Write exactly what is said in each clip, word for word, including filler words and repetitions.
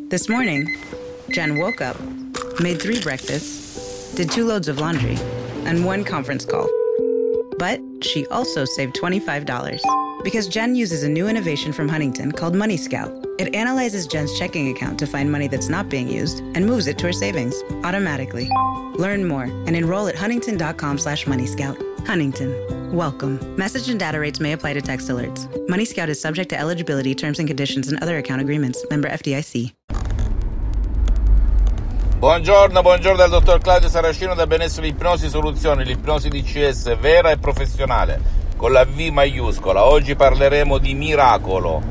This morning, Jen woke up, made three breakfasts, did two loads of laundry, and one conference call. But she also saved twenty-five dollars because Jen uses a new innovation from Huntington called Money Scout. It analyzes Jen's checking account to find money that's not being used and moves it to her savings automatically. Learn more and enroll at huntington.com slash money scout. Huntington. Welcome. Message and data rates may apply to text alerts. Money Scout is subject to eligibility, terms and conditions, and other account agreements. Member F D I C. Buongiorno, buongiorno dal dottor Claudio Saracino da Benessere Ipnosi Soluzioni, l'ipnosi D C S vera e professionale, con la V maiuscola. Oggi parleremo di miracolo.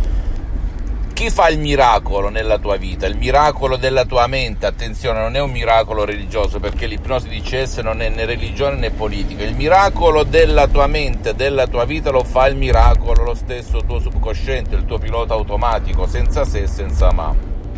Chi fa il miracolo nella tua vita? Il miracolo della tua mente, attenzione, non è un miracolo religioso, perché l'ipnosi D C S non è né religione né politica. Il miracolo della tua mente, della tua vita, lo fa il miracolo lo stesso tuo subconsciente, il tuo pilota automatico, senza se e senza ma.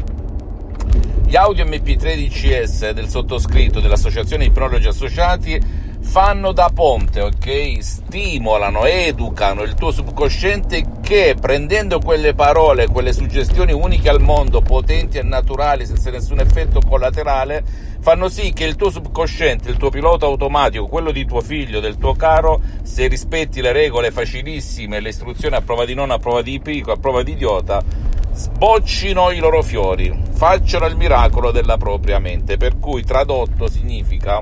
Gli audio M P tre D C S del sottoscritto dell'Associazione Ipnologi Associati fanno da ponte, ok? Stimolano, educano il tuo subconsciente che, prendendo quelle parole, quelle suggestioni uniche al mondo, potenti e naturali, senza nessun effetto collaterale, fanno sì che il tuo subconsciente, il tuo pilota automatico, quello di tuo figlio, del tuo caro, se rispetti le regole facilissime, le istruzioni a prova di nonno, a prova di pico, a prova di idiota, sboccino i loro fiori, facciano il miracolo della propria mente. Per cui, tradotto, significa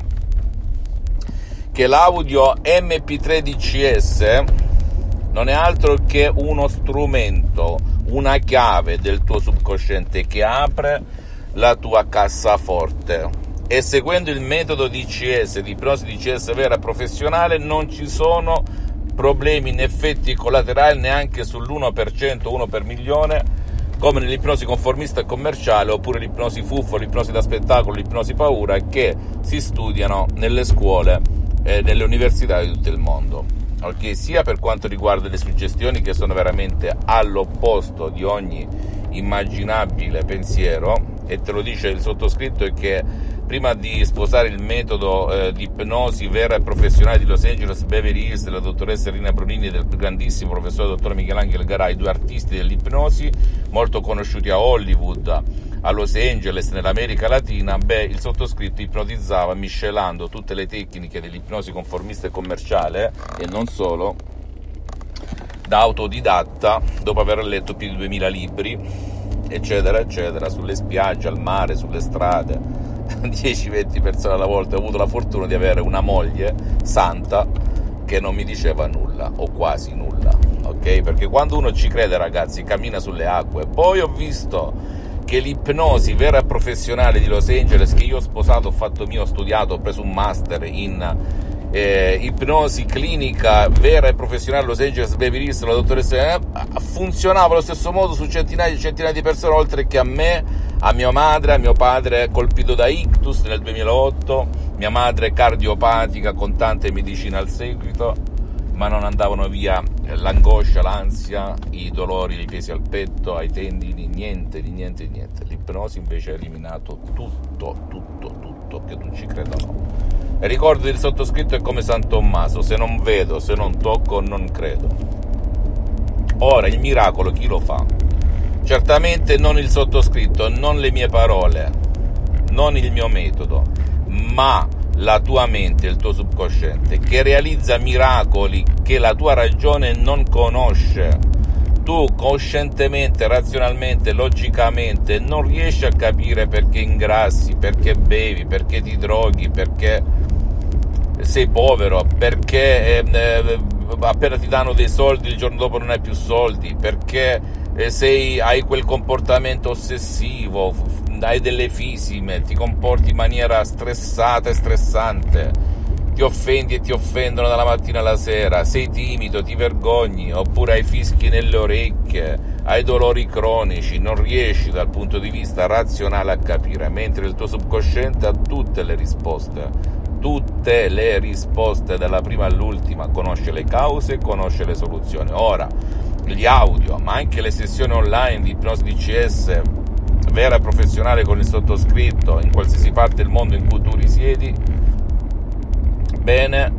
che l'audio M P tre D C S non è altro che uno strumento, una chiave del tuo subconsciente che apre la tua cassaforte. E seguendo il metodo D C S, di ipnosi D C S vera e professionale, non ci sono problemi né effetti collaterali neanche sull'uno per cento, uno per milione, come nell'ipnosi conformista e commerciale, oppure l'ipnosi fuffo, l'ipnosi da spettacolo, l'ipnosi paura, che si studiano nelle scuole e nelle università di tutto il mondo. Ok, sia per quanto riguarda le suggestioni, che sono veramente all'opposto di ogni immaginabile pensiero, e te lo dice il sottoscritto, è che prima di sposare il metodo eh, di ipnosi vera e professionale di Los Angeles Beverly Hills della dottoressa Rina Brunini e del grandissimo professore dottor Michelangelo Garai, due artisti dell'ipnosi molto conosciuti a Hollywood, a Los Angeles, nell'America Latina, beh, il sottoscritto ipnotizzava miscelando tutte le tecniche dell'ipnosi conformista e commerciale, e non solo, da autodidatta, dopo aver letto più di duemila libri, eccetera, eccetera, sulle spiagge, al mare, sulle strade, dieci venti persone alla volta. Ho avuto la fortuna di avere una moglie santa che non mi diceva nulla, o quasi nulla, ok? Perché quando uno ci crede, ragazzi, cammina sulle acque. Poi ho visto che l'ipnosi vera e professionale di Los Angeles, che io ho sposato, ho fatto mio, ho studiato, ho preso un master in eh, ipnosi clinica vera e professionale a Los Angeles Beverly Hills, la dottoressa, eh, funzionava allo stesso modo su centinaia e centinaia di persone, oltre che a me, a mia madre, a mio padre colpito da ictus nel duemilaotto, mia madre cardiopatica con tante medicine al seguito, ma non andavano via l'angoscia, l'ansia, i dolori, i pesi al petto, ai tendini, niente, di niente, di niente. L'ipnosi invece ha eliminato tutto, tutto, tutto, che tu ci creda o no. E ricordo, il sottoscritto è come San Tommaso: se non vedo, se non tocco, non credo. Ora, il miracolo chi lo fa? Certamente non il sottoscritto, non le mie parole, non il mio metodo, ma la tua mente, il tuo subconsciente, che realizza miracoli che la tua ragione non conosce. Tu coscientemente, razionalmente, logicamente non riesci a capire perché ingrassi, perché bevi, perché ti droghi, perché sei povero, perché eh, eh, appena ti danno dei soldi il giorno dopo non hai più soldi, perché eh, sei, hai quel comportamento ossessivo, hai delle fisime, ti comporti in maniera stressata e stressante, ti offendi e ti offendono dalla mattina alla sera, sei timido, ti vergogni, oppure hai fischi nelle orecchie, hai dolori cronici, non riesci dal punto di vista razionale a capire, mentre il tuo subconsciente ha tutte le risposte, tutte le risposte dalla prima all'ultima, conosce le cause, conosce le soluzioni. Ora, gli audio, ma anche le sessioni online di ipnosi D C S vera e professionale con il sottoscritto in qualsiasi parte del mondo in cui tu risiedi, bene,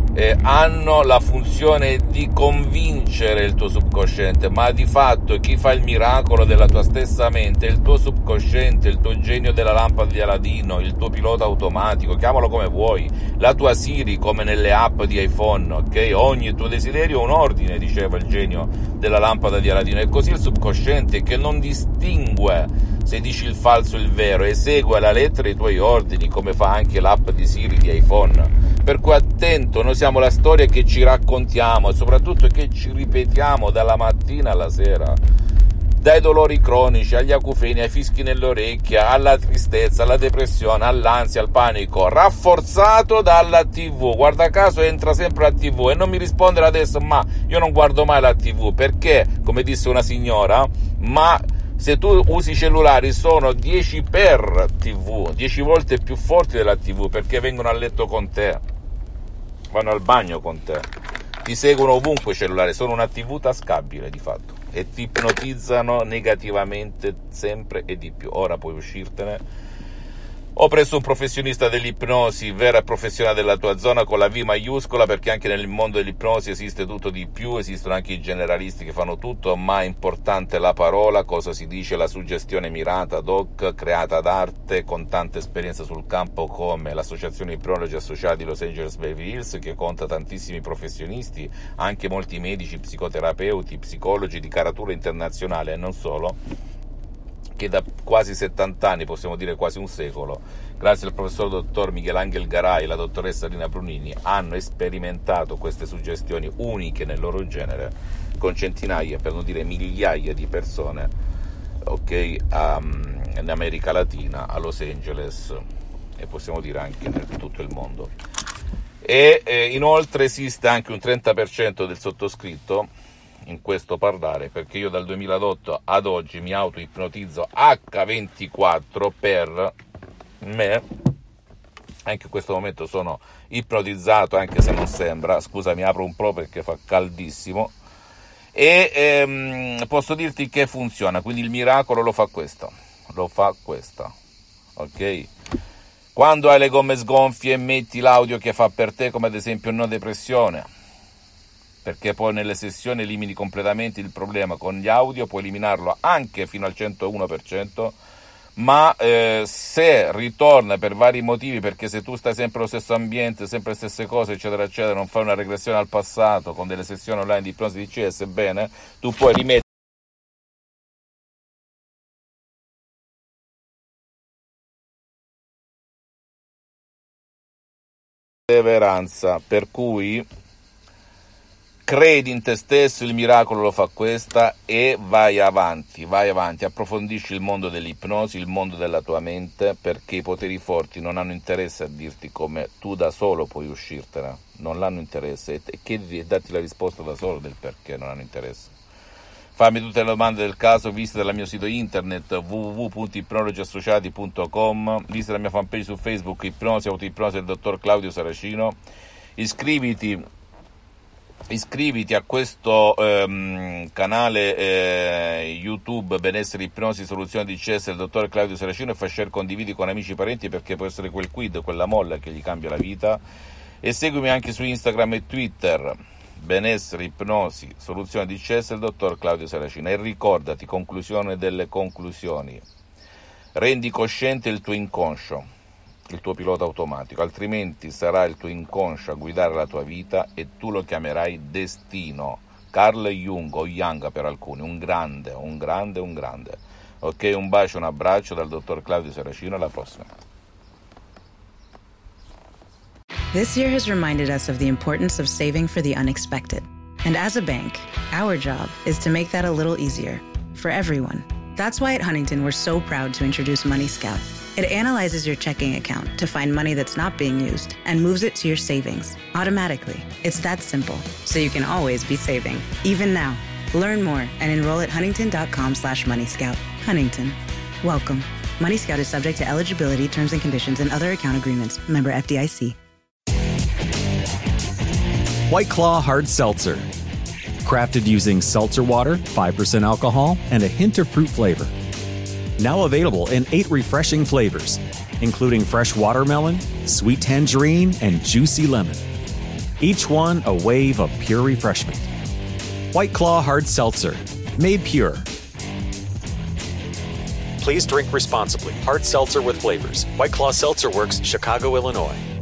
eh, hanno la funzione di convincere il tuo subconsciente, ma di fatto chi fa il miracolo della tua stessa mente è il tuo subconsciente, il tuo genio della lampada di Aladino, il tuo pilota automatico, chiamalo come vuoi, la tua Siri come nelle app di iPhone, ok? Ogni tuo desiderio è un ordine, diceva il genio della lampada di Aladino, e così il subconsciente, che non distingue se dici il falso e il vero, esegue alla lettera i tuoi ordini, come fa anche l'app di Siri di iPhone. Per cui attento, noi siamo la storia che ci raccontiamo e soprattutto che ci ripetiamo dalla mattina alla sera, dai dolori cronici agli acufeni, ai fischi nelle orecchie, alla tristezza, alla depressione, all'ansia, al panico, rafforzato dalla tivù. Guarda caso entra sempre la tivù, e non mi rispondere adesso, ma io non guardo mai la tivù, perché, come disse una signora, ma se tu usi i cellulari sono dieci per tivù, dieci volte più forti della tivù, perché vengono a letto con te, vanno al bagno con te, ti seguono ovunque i cellulari, sono una tivù tascabile di fatto, e ti ipnotizzano negativamente sempre e di più. Ora puoi uscirtene. Ho preso un professionista dell'ipnosi, vera e professionale della tua zona, con la V maiuscola, perché anche nel mondo dell'ipnosi esiste tutto di più, esistono anche i generalisti che fanno tutto, ma è importante la parola, cosa si dice, la suggestione mirata ad hoc, creata ad arte, con tanta esperienza sul campo, come l'Associazione Ipnologi Associati di Los Angeles Beverly Hills, che conta tantissimi professionisti, anche molti medici, psicoterapeuti, psicologi di caratura internazionale e non solo, che da quasi settanta anni, possiamo dire quasi un secolo, grazie al professor dottor Michelangelo Garai e la dottoressa Rina Brunini, hanno sperimentato queste suggestioni uniche nel loro genere con centinaia, per non dire migliaia di persone, ok, um, in America Latina, a Los Angeles e possiamo dire anche in tutto il mondo. E eh, inoltre esiste anche un trenta per cento del sottoscritto in questo parlare, perché io dal duemilaotto ad oggi mi auto-ipnotizzo acca ventiquattro per me. Anche in questo momento sono ipnotizzato, anche se non sembra. Scusami, apro un po' perché fa caldissimo. E ehm, posso dirti che funziona, quindi il miracolo lo fa questo, lo fa questa, ok? Quando hai le gomme sgonfie, metti l'audio che fa per te, come ad esempio no depressione, perché poi nelle sessioni elimini completamente il problema. Con gli audio puoi eliminarlo anche fino al centouno per cento, ma eh, se ritorna per vari motivi, perché se tu stai sempre nello stesso ambiente, sempre le stesse cose, eccetera eccetera, non fai una regressione al passato con delle sessioni online di ipnosi di C S, bene, tu puoi rimettere perseveranza, per cui credi in te stesso, il miracolo lo fa questa, e vai avanti, vai avanti, approfondisci il mondo dell'ipnosi, il mondo della tua mente, perché i poteri forti non hanno interesse a dirti come tu da solo puoi uscirtene, non hanno interesse, e chiedi e datti la risposta da solo del perché non hanno interesse. Fammi tutte le domande del caso, visita il mio sito internet w w w punto ipnologi associati punto com, visita la mia fanpage su Facebook, Ipnosi, Autoipnosi del dottor Claudio Saracino, iscriviti Iscriviti a questo ehm, canale eh, YouTube Benessere Ipnosi Soluzione di C S del dottor Claudio Saracino, e fai share, condividi con amici e parenti, perché può essere quel quid, quella molla che gli cambia la vita. E seguimi anche su Instagram e Twitter, Benessere Ipnosi Soluzione di C S del dottor Claudio Saracino. E ricordati, conclusione delle conclusioni, rendi cosciente il tuo inconscio, il tuo pilota automatico, altrimenti sarà il tuo inconscio a guidare la tua vita e tu lo chiamerai destino. Carl Jung, o Young per alcuni, un grande, un grande, un grande. Ok, un bacio, un abbraccio dal dottor Claudio Saracino, alla prossima. This year has reminded us of the importance of saving for the unexpected. And as a bank, our job is to make that a little easier for everyone. That's why at Huntington we're so proud to introduce Money Scout. It analyzes your checking account to find money that's not being used and moves it to your savings automatically. It's that simple, so you can always be saving, even now. Learn more and enroll at huntington.com slash moneyscout. Huntington. Welcome. Money Scout is subject to eligibility, terms and conditions, and other account agreements. Member F D I C. White Claw Hard Seltzer. Crafted using seltzer water, five percent alcohol, and a hint of fruit flavor. Now available in eight refreshing flavors, including fresh watermelon, sweet tangerine, and juicy lemon. each one a wave of pure refreshment. White Claw Hard Seltzer, made pure. Please drink responsibly. Hard seltzer with flavors. White Claw Seltzer Works, Chicago, Illinois.